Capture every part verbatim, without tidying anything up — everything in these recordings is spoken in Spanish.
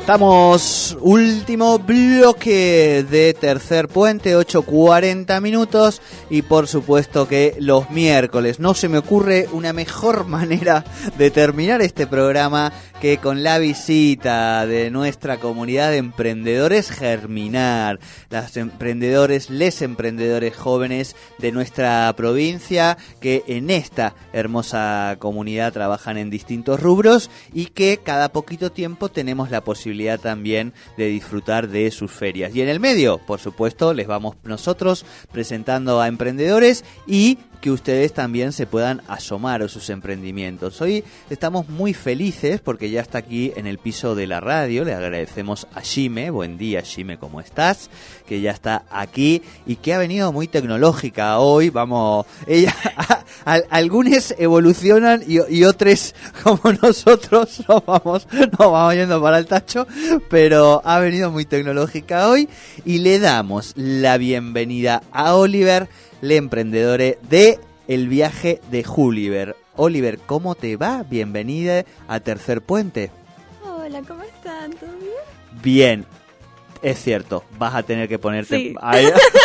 Estamos, último bloque de Tercer Puente, ocho cuarenta minutos, y por supuesto que los miércoles no se me ocurre una mejor manera de terminar este programa que con la visita de nuestra comunidad de emprendedores Germinar, los emprendedores, les emprendedores jóvenes de nuestra provincia que en esta hermosa comunidad trabajan en distintos rubros y que cada poquito tiempo tenemos la posibilidad también de disfrutar de sus ferias. Y en el medio, por supuesto, les vamos nosotros presentando a emprendedores y que ustedes también se puedan asomar a sus emprendimientos. Hoy estamos muy felices porque ya está aquí en el piso de la radio. Le agradecemos a Jime. Buen día, Jime, ¿cómo estás? Que ya está aquí y que ha venido muy tecnológica hoy. Vamos, ella, a, a, algunos evolucionan y, y otros, como nosotros, nos vamos, nos vamos yendo para el tacho, pero ha venido muy tecnológica hoy y le damos la bienvenida a Oliver, el emprendedor de El Viaje de Gulliver. Oliver, ¿cómo te va? Bienvenida a Tercer Puente. Hola, ¿cómo están? ¿Todo bien? Bien, es cierto, vas a tener que ponerte... Sí. Ahí,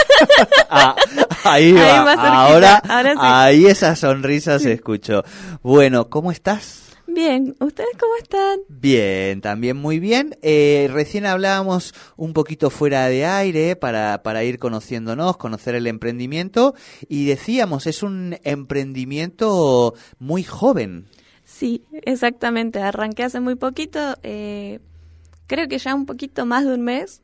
ah, ahí va, ahí más cerquita. ahora, Ahora sí. Ahí esa sonrisa se escuchó. Bueno, ¿cómo estás? Bien, ¿ustedes cómo están? Bien, también muy bien. Eh, recién hablábamos un poquito fuera de aire para, para ir conociéndonos, conocer el emprendimiento y decíamos, es un emprendimiento muy joven. Sí, exactamente. Arranqué hace muy poquito, eh, creo que ya un poquito más de un mes,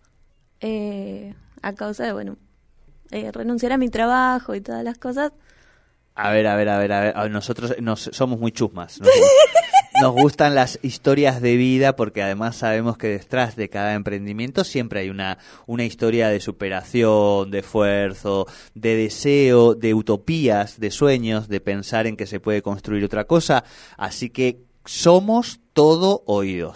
eh, a causa de, bueno, eh, renunciar a mi trabajo y todas las cosas. A ver, a ver, a ver, a ver. Nosotros nos, somos muy chusmas. Nos, nos gustan las historias de vida porque además sabemos que detrás de cada emprendimiento siempre hay una, una historia de superación, de esfuerzo, de deseo, de utopías, de sueños, de pensar en que se puede construir otra cosa. Así que somos todo oídos.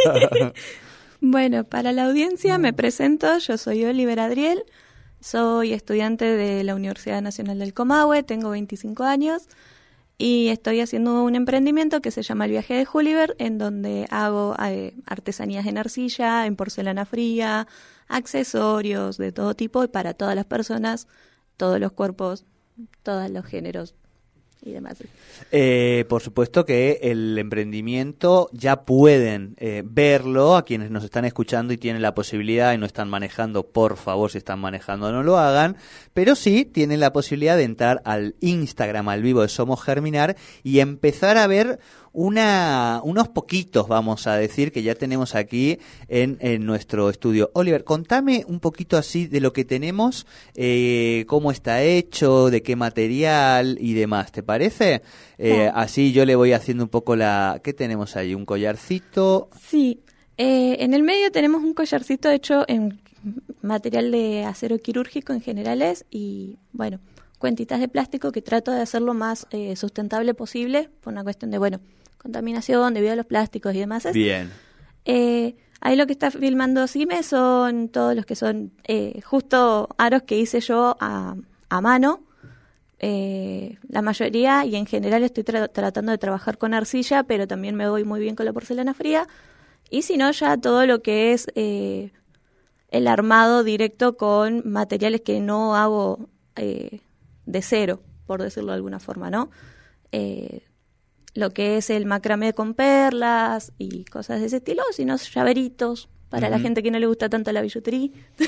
Bueno, para la audiencia me presento, yo soy Oliver Adriel. Soy estudiante de la Universidad Nacional del Comahue, tengo veinticinco años y estoy haciendo un emprendimiento que se llama El Viaje de Gulliver, en donde hago eh, artesanías en arcilla, en porcelana fría, accesorios de todo tipo y para todas las personas, todos los cuerpos, todos los géneros y demás. Eh, por supuesto que el emprendimiento ya pueden eh, verlo a quienes nos están escuchando y tienen la posibilidad y no están manejando, por favor, si están manejando no lo hagan, pero sí tienen la posibilidad de entrar al Instagram al vivo de Somos Germinar y empezar a ver una unos poquitos, vamos a decir, que ya tenemos aquí en, en nuestro estudio. Oliver, contame un poquito así de lo que tenemos, eh, cómo está hecho, de qué material y demás, ¿te parece? Eh, Sí. Así yo le voy haciendo un poco la... ¿Qué tenemos ahí? ¿Un collarcito? Sí, eh, en el medio tenemos un collarcito hecho en material de acero quirúrgico en generales y, bueno, cuentitas de plástico que trato de hacerlo más eh, sustentable posible por una cuestión de, bueno, contaminación debido a los plásticos y demás. Bien. Eh, ahí lo que está filmando Cime son todos los que son eh, justo aros que hice yo a, a mano. Eh, la mayoría y en general estoy tra- tratando de trabajar con arcilla, pero también me voy muy bien con la porcelana fría. Y si no, ya todo lo que es eh, el armado directo con materiales que no hago eh, de cero, por decirlo de alguna forma, ¿no? Eh, lo que es el macramé con perlas y cosas de ese estilo, sino llaveritos para uh-huh. la gente que no le gusta tanto la billutería.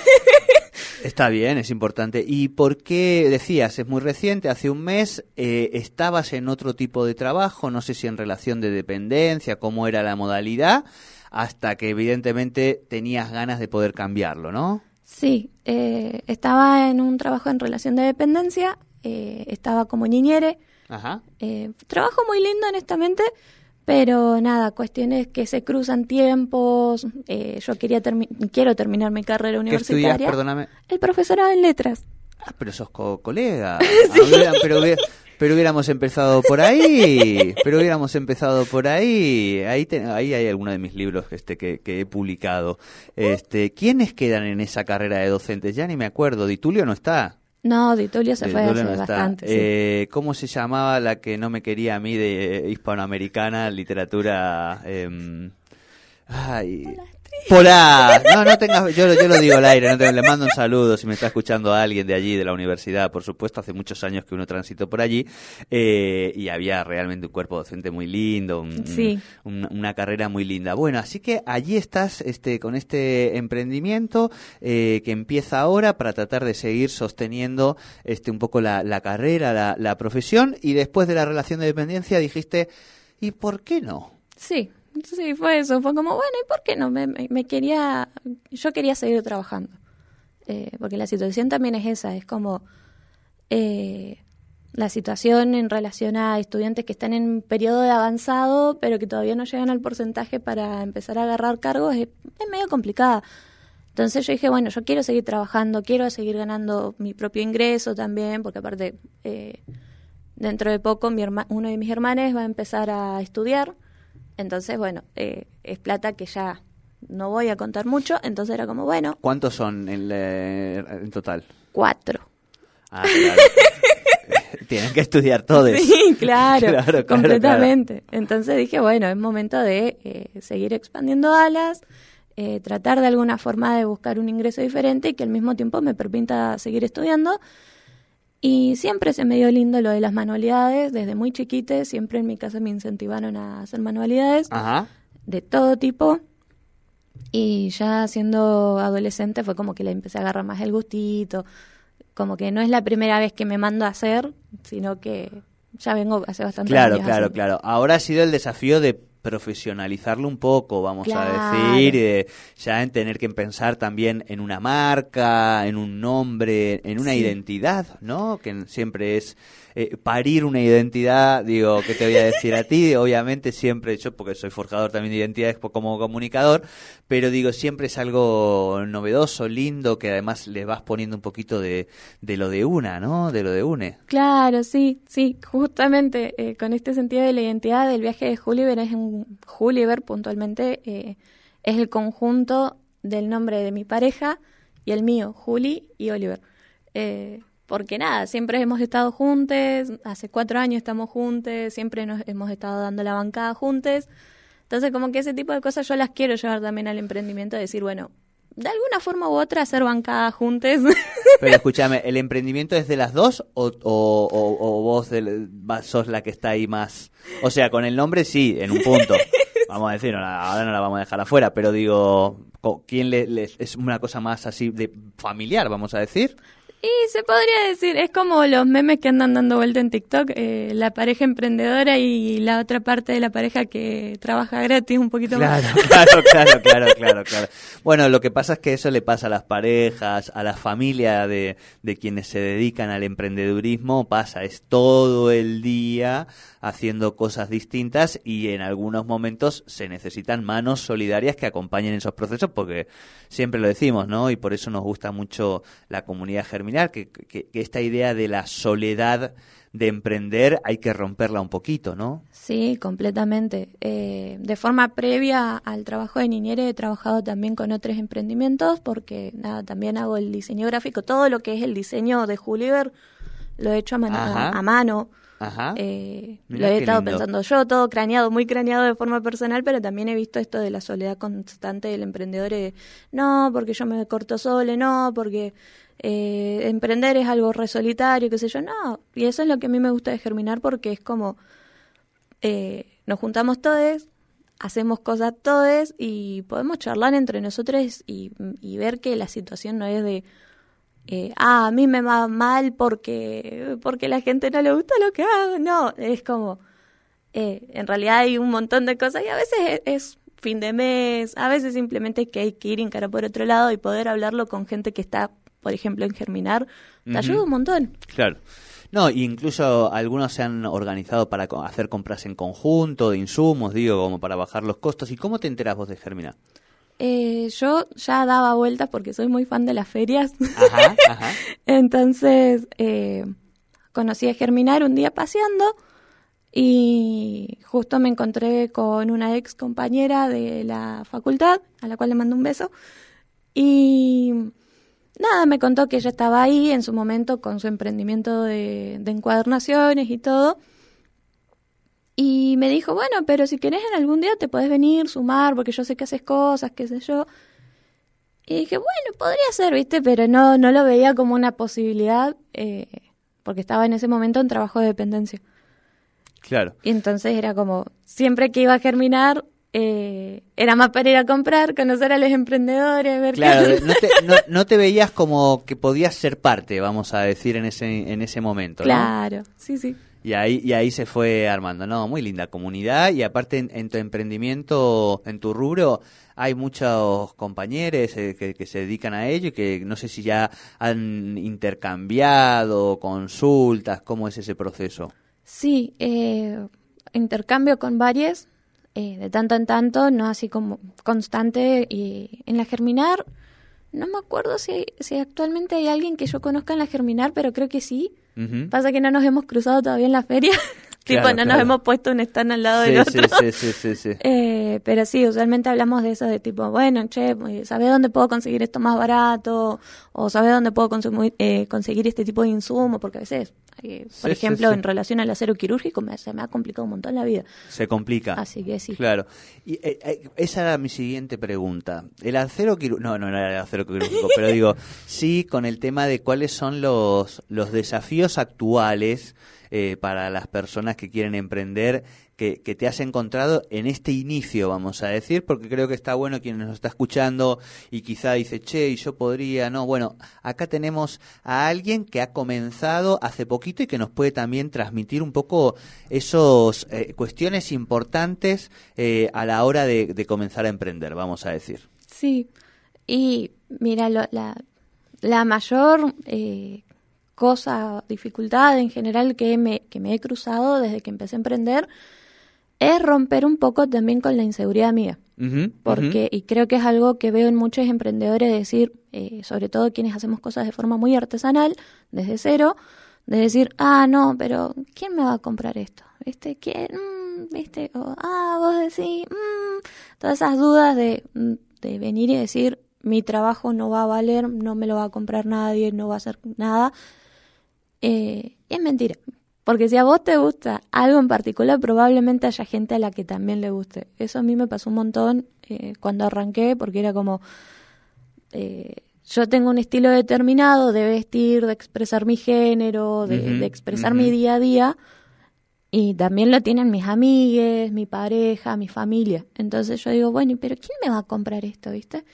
Está bien, es importante. ¿Y por qué decías, es muy reciente, hace un mes, eh, estabas en otro tipo de trabajo, no sé si en relación de dependencia, cómo era la modalidad, hasta que evidentemente tenías ganas de poder cambiarlo, ¿no? Sí, eh, estaba en un trabajo en relación de dependencia, eh, estaba como niñere. Ajá. Eh, trabajo muy lindo, honestamente, pero nada, cuestiones que se cruzan tiempos. Eh, yo quería termi- quiero terminar mi carrera universitaria. ¿Qué estudias? Perdóname. El profesorado en letras. Ah, pero sos co- colega. Sí. Ah, hubiera, pero, hubiera, pero hubiéramos empezado por ahí. Pero hubiéramos empezado por ahí. Ahí, te, ahí hay alguno de mis libros este, que, que he publicado. Este, ¿quiénes quedan en esa carrera de docentes? Ya ni me acuerdo. Di Tulio no está. No, Di Tulio se Di fue Tulio hace no está. bastante. Eh, sí. ¿Cómo se llamaba la que no me quería a mí de hispanoamericana, literatura? Eh, ay, Hola, Por ahí. No, no tengas, yo, yo lo digo al aire, no te, le mando un saludo si me está escuchando a alguien de allí, de la universidad, por supuesto, hace muchos años que uno transitó por allí, eh, y había realmente un cuerpo docente muy lindo, un, Sí. un, una carrera muy linda. Bueno, así que allí estás este, con este emprendimiento eh, que empieza ahora para tratar de seguir sosteniendo este, un poco la, la carrera, la, la profesión, y después de la relación de dependencia dijiste, ¿y por qué no? Sí, sí, fue eso. Fue como, bueno, ¿y por qué no? Me, me, me quería, yo quería seguir trabajando. Eh, porque la situación también es esa, es como eh, la situación en relación a estudiantes que están en periodo de avanzado, pero que todavía no llegan al porcentaje para empezar a agarrar cargos, es, es medio complicada. Entonces yo dije, bueno, yo quiero seguir trabajando, quiero seguir ganando mi propio ingreso también, porque aparte, eh, dentro de poco mi herma, uno de mis hermanos va a empezar a estudiar. Entonces, bueno, eh, es plata que ya no voy a contar mucho, entonces era como, bueno... ¿Cuántos son en, eh, en total? Cuatro. Ah, claro. Tienen que estudiar todos. Sí, claro, claro, claro completamente. Claro. Entonces dije, bueno, es momento de eh, seguir expandiendo alas, eh, tratar de alguna forma de buscar un ingreso diferente y que al mismo tiempo me permita seguir estudiando. Y siempre se me dio lindo lo de las manualidades, desde muy chiquita, siempre en mi casa me incentivaron a hacer manualidades. Ajá. De todo tipo. Y ya siendo adolescente fue como que le empecé a agarrar más el gustito, como que no es la primera vez que me mando a hacer, sino que ya vengo hace bastante tiempo. Claro, claro, haciendo. claro. Ahora ha sido el desafío de profesionalizarlo un poco, vamos claro. a decir, eh, ya en tener que pensar también en una marca, en un nombre, en una sí. identidad, ¿no? Que siempre es eh, parir una identidad, digo, ¿qué te voy a decir a ti? Obviamente siempre, yo porque soy forjador también de identidades como comunicador, pero digo, siempre es algo novedoso, lindo, que además le vas poniendo un poquito de, de lo de una, ¿no? De lo de une. Claro, sí, sí, justamente eh, con este sentido de la identidad del viaje de Gulliver es un Gulliver puntualmente eh, es el conjunto del nombre de mi pareja y el mío, Juli y Oliver. Eh, porque nada, siempre hemos estado juntos, hace cuatro años estamos juntos, siempre nos hemos estado dando la bancada juntos. Entonces como que ese tipo de cosas yo las quiero llevar también al emprendimiento, de decir, bueno, de alguna forma u otra hacer bancada juntos. Pero escúchame, ¿el emprendimiento es de las dos o, o, o, o vos del, sos la que está ahí más? O sea, con el nombre sí, en un punto. Vamos a decir, no, ahora no la vamos a dejar afuera, pero digo, ¿quién le, le, es una cosa más así de familiar, vamos a decir? Y se podría decir, es como los memes que andan dando vuelta en TikTok, eh, la pareja emprendedora y la otra parte de la pareja que trabaja gratis un poquito claro, más. Claro, claro, claro, claro, claro. Bueno, lo que pasa es que eso le pasa a las parejas, a la familia de, de quienes se dedican al emprendedurismo, pasa, es todo el día haciendo cosas distintas y en algunos momentos se necesitan manos solidarias que acompañen esos procesos porque siempre lo decimos, ¿no? Y por eso nos gusta mucho la comunidad germinal, que, que, que esta idea de la soledad de emprender hay que romperla un poquito, ¿no? Sí, completamente. Eh, de forma previa al trabajo de niñera he trabajado también con otros emprendimientos porque nada, también hago el diseño gráfico, todo lo que es el diseño de Gulliver lo he hecho a mano. A, a mano. Ajá. Eh, lo he estado lindo. pensando yo, todo craneado, muy craneado de forma personal, pero también he visto esto de la soledad constante del emprendedor. De, no, porque yo me corto sole, no, porque eh, emprender es algo re solitario, qué sé yo, no. Y eso es lo que a mí me gusta de Germinar porque es como eh, nos juntamos todos, hacemos cosas todos y podemos charlar entre nosotros y, y ver que la situación no es de Eh, ah, a mí me va mal porque porque la gente no le gusta lo que hago. No, es como, eh, en realidad hay un montón de cosas y a veces es, es fin de mes, a veces simplemente que hay que ir en cara por otro lado y poder hablarlo con gente que está, por ejemplo, en Germinar, te uh-huh. ayuda un montón. Claro. No, incluso algunos se han organizado para hacer compras en conjunto de insumos, digo, como para bajar los costos. ¿Y cómo te enterás vos de Germinar? Eh, yo ya daba vueltas porque soy muy fan de las ferias. Ajá, ajá. Entonces, eh, conocí a Germinar un día paseando y justo me encontré con una ex compañera de la facultad, a la cual le mando un beso. Y nada, me contó que ella estaba ahí en su momento con su emprendimiento de, de encuadernaciones y todo. Y me dijo, bueno, pero si querés en algún día te podés venir, sumar, porque yo sé que haces cosas, qué sé yo. Y dije, bueno, podría ser, ¿viste? Pero no, no lo veía como una posibilidad, eh, porque estaba en ese momento en trabajo de dependencia. Claro. Y entonces era como, siempre que iba a germinar, eh, era más para ir a comprar, conocer a los emprendedores, ver Claro, qué... no te, no, no te veías como que podías ser parte, vamos a decir, en ese, en ese momento, ¿no? Claro, sí, sí. Y ahí, y ahí se fue armando, ¿no? Muy linda comunidad y aparte en, en tu emprendimiento, en tu rubro, hay muchos compañeros eh, que, que se dedican a ello y que no sé si ya han intercambiado consultas, ¿cómo es ese proceso? Sí, eh, intercambio con varias, eh, de tanto en tanto, no así como constante. Y en la Germinar, no me acuerdo si, si actualmente hay alguien que yo conozca en la Germinar, pero creo que sí. Uh-huh. Pasa que no nos hemos cruzado todavía en la feria. Tipo, Claro, no claro. nos hemos puesto un stand al lado Sí, del sí, otro. sí, sí, sí, sí. Eh, pero sí, usualmente hablamos de eso, de tipo, bueno, che, ¿sabés dónde puedo conseguir esto más barato? O ¿sabés dónde puedo consumir, eh, conseguir este tipo de insumo? Porque a veces, eh, por Sí, ejemplo, sí, sí. en relación al acero quirúrgico, me, se me ha complicado un montón la vida. Se complica. Así que sí. Claro. Y eh, eh, esa era mi siguiente pregunta. El acero quirúrgico, no, no, no era el acero quirúrgico, pero digo, sí, con el tema de cuáles son los, los desafíos actuales eh, para las personas que quieren emprender, que, que te has encontrado en este inicio, vamos a decir, porque creo que está bueno quien nos está escuchando y quizá dice, che, y yo podría, no, bueno, acá tenemos a alguien que ha comenzado hace poquito y que nos puede también transmitir un poco esos eh, cuestiones importantes eh, a la hora de, de comenzar a emprender, vamos a decir. Sí. Y mira, lo, la, la mayor eh, cosa, dificultad en general que me, que me he cruzado desde que empecé a emprender es romper un poco también con la inseguridad mía. Uh-huh, Porque, uh-huh. y creo que es algo que veo en muchos emprendedores decir, eh, sobre todo quienes hacemos cosas de forma muy artesanal, desde cero, de decir, ah, no, pero ¿quién me va a comprar esto? ¿Viste? ¿Quién? Mm, ¿Viste? O, ah, vos decís, mm. Todas esas dudas de, de venir y decir, mi trabajo no va a valer, no me lo va a comprar nadie, no va a hacer nada. Eh, es mentira. Porque si a vos te gusta algo en particular, probablemente haya gente a la que también le guste. Eso a mí me pasó un montón eh, cuando arranqué, porque era como, eh, yo tengo un estilo determinado de vestir, de expresar mi género, de, Uh-huh, de expresar uh-huh. mi día a día, y también lo tienen mis amigues, mi pareja, mi familia. Entonces yo digo, bueno, pero ¿quién me va a comprar esto, viste?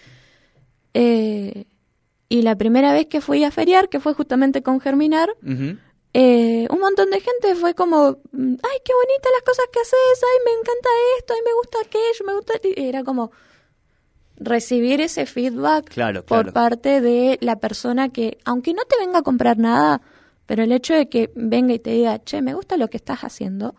Eh, y la primera vez que fui a feriar, que fue justamente con Germinar, Uh-huh. Eh, un montón de gente fue como, ay, qué bonitas las cosas que haces, ay, me encanta esto, ay, me gusta aquello, me gusta... Y era como recibir ese feedback Claro, por claro. parte de la persona que, aunque no te venga a comprar nada, pero el hecho de que venga y te diga, che, me gusta lo que estás haciendo,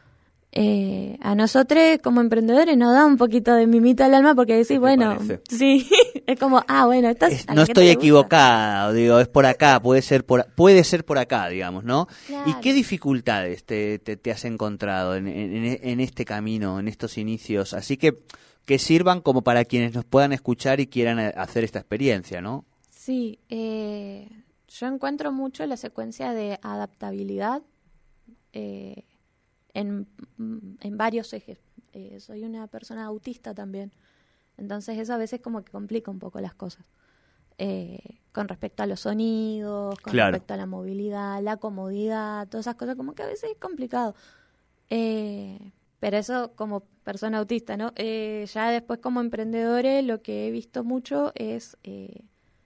eh, a nosotros como emprendedores nos da un poquito de mimita al alma porque decís, bueno, parece? sí, es como, ah, bueno, estás... Es- no estoy equivocada, digo, es por acá, puede ser por, puede ser por acá, digamos, ¿no? Claro. ¿Y qué dificultades te, te, te has encontrado en, en, en este camino, en estos inicios? Así que que sirvan como para quienes nos puedan escuchar y quieran hacer esta experiencia, ¿no? Sí, eh, yo encuentro mucho la secuencia de adaptabilidad eh, en, en varios ejes. Eh, soy una persona autista también, entonces eso a veces como que complica un poco las cosas. Eh, con respecto a los sonidos, con Claro. respecto a la movilidad, la comodidad, todas esas cosas como que a veces es complicado. Eh, pero eso como persona autista, ¿no? Eh, ya después como emprendedores lo que he visto mucho es... Eh,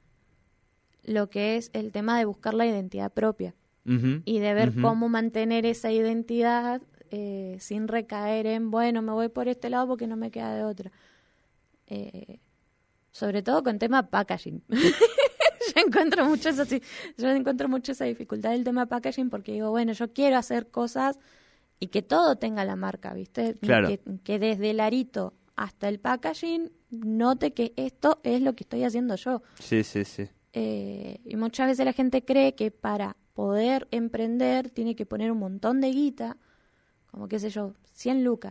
lo que es el tema de buscar la identidad propia Uh-huh, y de ver uh-huh. cómo mantener esa identidad eh, sin recaer en, bueno, me voy por este lado porque no me queda de otra. Eh, sobre todo con tema packaging. yo encuentro mucho eso, sí, yo encuentro mucho esa dificultad del tema packaging porque digo, bueno, yo quiero hacer cosas y que todo tenga la marca, ¿viste? Claro. Que, que desde el arito hasta el packaging note que esto es lo que estoy haciendo yo. Sí, sí, sí. Eh, y muchas veces la gente cree que para poder emprender tiene que poner un montón de guita, como qué sé yo, cien lucas.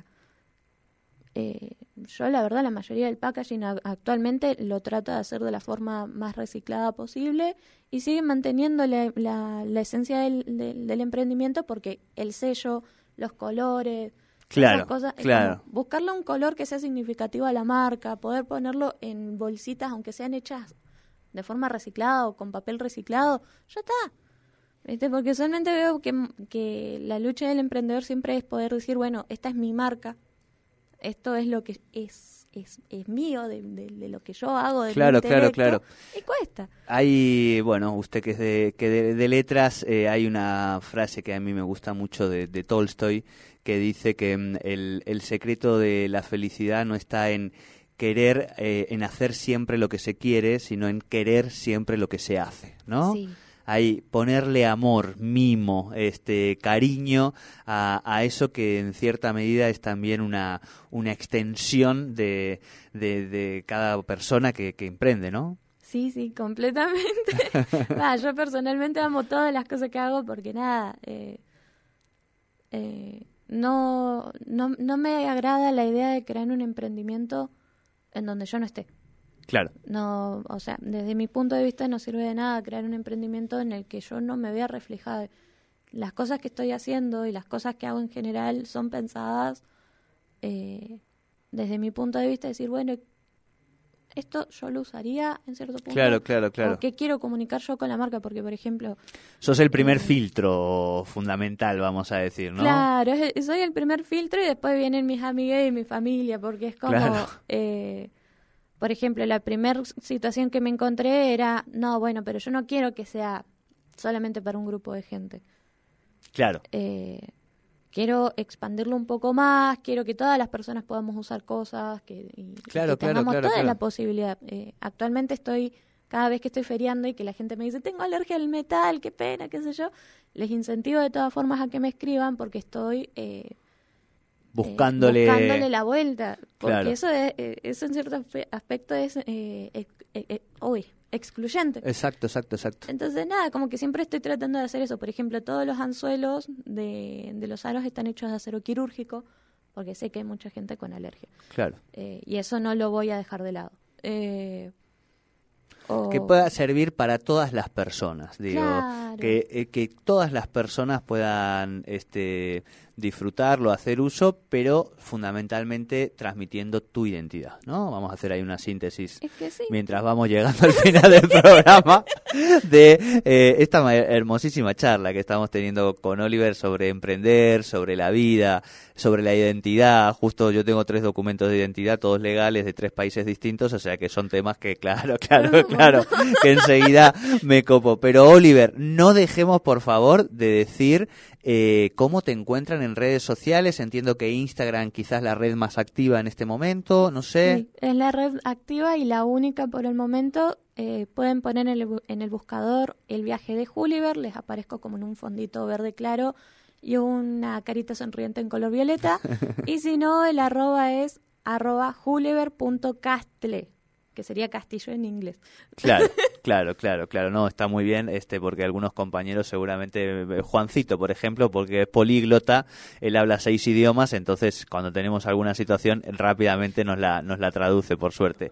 Eh, yo la verdad la mayoría del packaging a- actualmente lo trato de hacer de la forma más reciclada posible y sigue manteniendo la, la, la esencia del, del, del emprendimiento porque el sello, los colores, Claro, Esas cosas, claro. como buscarle un color que sea significativo a la marca, poder ponerlo en bolsitas, aunque sean hechas de forma reciclada o con papel reciclado, ya está. ¿Viste? Porque usualmente veo que, que la lucha del emprendedor siempre es poder decir, bueno, esta es mi marca, esto es lo que es es, es mío, de, de, de lo que yo hago, de Claro, mi claro, intelecto, claro. y cuesta. Hay, bueno, usted que es de, que de, de letras, eh, hay una frase que a mí me gusta mucho de, de Tolstoy, que dice que mm, el, el secreto de la felicidad no está en querer, eh, en hacer siempre lo que se quiere, sino en querer siempre lo que se hace, ¿no? Sí. Hay ponerle amor, mimo, este cariño a, a eso que en cierta medida es también una, una extensión de, de, de cada persona que, que emprende, ¿no? Sí, sí, completamente. Nah, yo personalmente amo todas las cosas que hago porque nada, eh, eh, no, no, no me agrada la idea de crear un emprendimiento en donde yo no esté. Claro. No, o sea, desde mi punto de vista no sirve de nada crear un emprendimiento en el que yo no me vea reflejada. Las cosas que estoy haciendo y las cosas que hago en general son pensadas eh, desde mi punto de vista, decir, bueno, esto yo lo usaría en cierto punto. Claro, claro, claro. ¿O qué quiero comunicar yo con la marca? Porque, por ejemplo... Sos el primer eh, filtro fundamental, vamos a decir, ¿no? Claro, es, soy el primer filtro y después vienen mis amigas y mi familia, porque es como... Claro. Eh, por ejemplo, la primera situación que me encontré era, no, bueno, pero yo no quiero que sea solamente para un grupo de gente. Claro. Eh, quiero expandirlo un poco más, quiero que todas las personas podamos usar cosas, que, y, Claro, y que claro, tengamos claro, toda claro. la posibilidad. Eh, actualmente estoy, cada vez que estoy feriando y que la gente me dice, tengo alergia al metal, qué pena, qué sé yo, les incentivo de todas formas a que me escriban porque estoy... Eh, Buscándole... Eh, buscándole la vuelta, porque Claro. eso es, eh, eso en cierto aspe- aspecto es eh, ex- eh, eh, uy, excluyente. Exacto, exacto, exacto. Entonces nada, como que siempre estoy tratando de hacer eso. Por ejemplo, todos los anzuelos de, de los aros están hechos de acero quirúrgico, porque sé que hay mucha gente con alergia. Claro. Eh, y eso no lo voy a dejar de lado. Eh, o- Que pueda servir para todas las personas, digo, Claro. que, eh, que todas las personas puedan este, disfrutarlo, hacer uso, pero fundamentalmente transmitiendo tu identidad, ¿no? Vamos a hacer ahí una síntesis Es que sí. mientras vamos llegando al final del programa de eh, esta ma- hermosísima charla que estamos teniendo con Oliver sobre emprender, sobre la vida, sobre la identidad. Justo yo tengo tres documentos de identidad, todos legales, de tres países distintos, o sea que son temas que, claro, claro, claro, que enseguida me copo. Pero Oliver, no dejemos por favor de decir eh, cómo te encuentran en redes sociales. Entiendo que Instagram quizás la red más activa en este momento, no sé. Sí, es la red activa y la única por el momento. Eh, pueden poner en el, bu- en el buscador el viaje de Gulliver, les aparezco como en un fondito verde claro y una carita sonriente en color violeta. Y si no, el arroba es arroba gulliver.castle, que sería castillo en inglés. Claro, claro, claro, claro, no, está muy bien, este, porque algunos compañeros seguramente, eh, Juancito, por ejemplo, porque es políglota, él habla seis idiomas, entonces cuando tenemos alguna situación rápidamente nos la, nos la traduce, por suerte.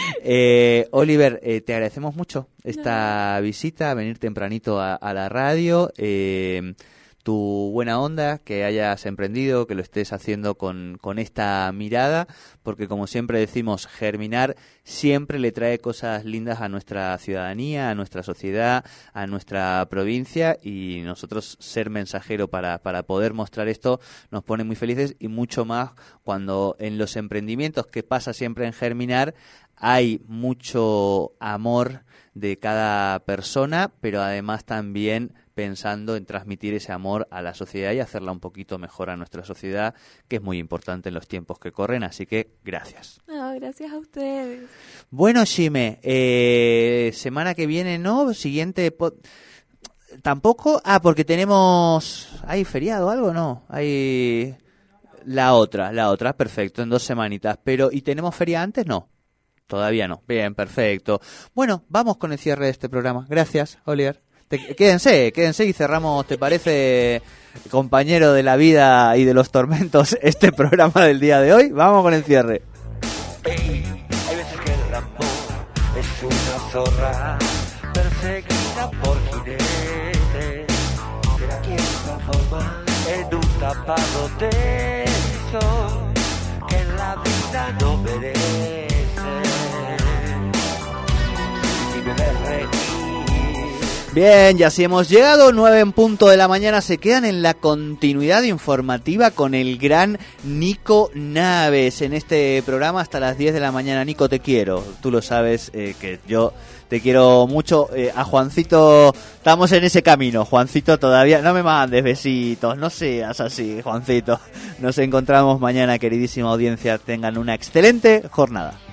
Eh, Oliver, eh, te agradecemos mucho esta visita, venir tempranito a, a la radio, eh, tu buena onda, que hayas emprendido, que lo estés haciendo con, con esta mirada, porque como siempre decimos, germinar siempre le trae cosas lindas a nuestra ciudadanía, a nuestra sociedad, a nuestra provincia, y nosotros ser mensajero para, para poder mostrar esto nos pone muy felices, y mucho más cuando en los emprendimientos, que pasa siempre en germinar, hay mucho amor de cada persona, pero además también pensando en transmitir ese amor a la sociedad y hacerla un poquito mejor a nuestra sociedad, que es muy importante en los tiempos que corren, así que gracias. No, gracias a ustedes. Bueno, Xime, eh, semana que viene, ¿no? Siguiente... po- Tampoco... Ah, porque tenemos... ¿Hay feriado o algo? No, hay... La otra, la otra, perfecto, en dos semanitas. Pero, ¿y tenemos feria antes? No. Todavía no. Bien, perfecto. Bueno, vamos con el cierre de este programa. Gracias, Oliver. Te, quédense, quédense y cerramos, ¿te parece, compañero de la vida y de los tormentos, este programa del día de hoy? Vamos con el cierre. Ey, hay veces que el amor es una zorra perseguida por jinetes que la quieren transformar en un taparrotes. corazón que en la vida no merece. Y me ves reír. Bien, y así hemos llegado, nueve en punto de la mañana, se quedan en la continuidad informativa con el gran Nico Naves en este programa hasta las diez de la mañana. Nico, te quiero, tú lo sabes, eh, que yo te quiero mucho. Eh, a Juancito, estamos en ese camino, Juancito, todavía no me mandes besitos, no seas así, Juancito. Nos encontramos mañana, queridísima audiencia, tengan una excelente jornada.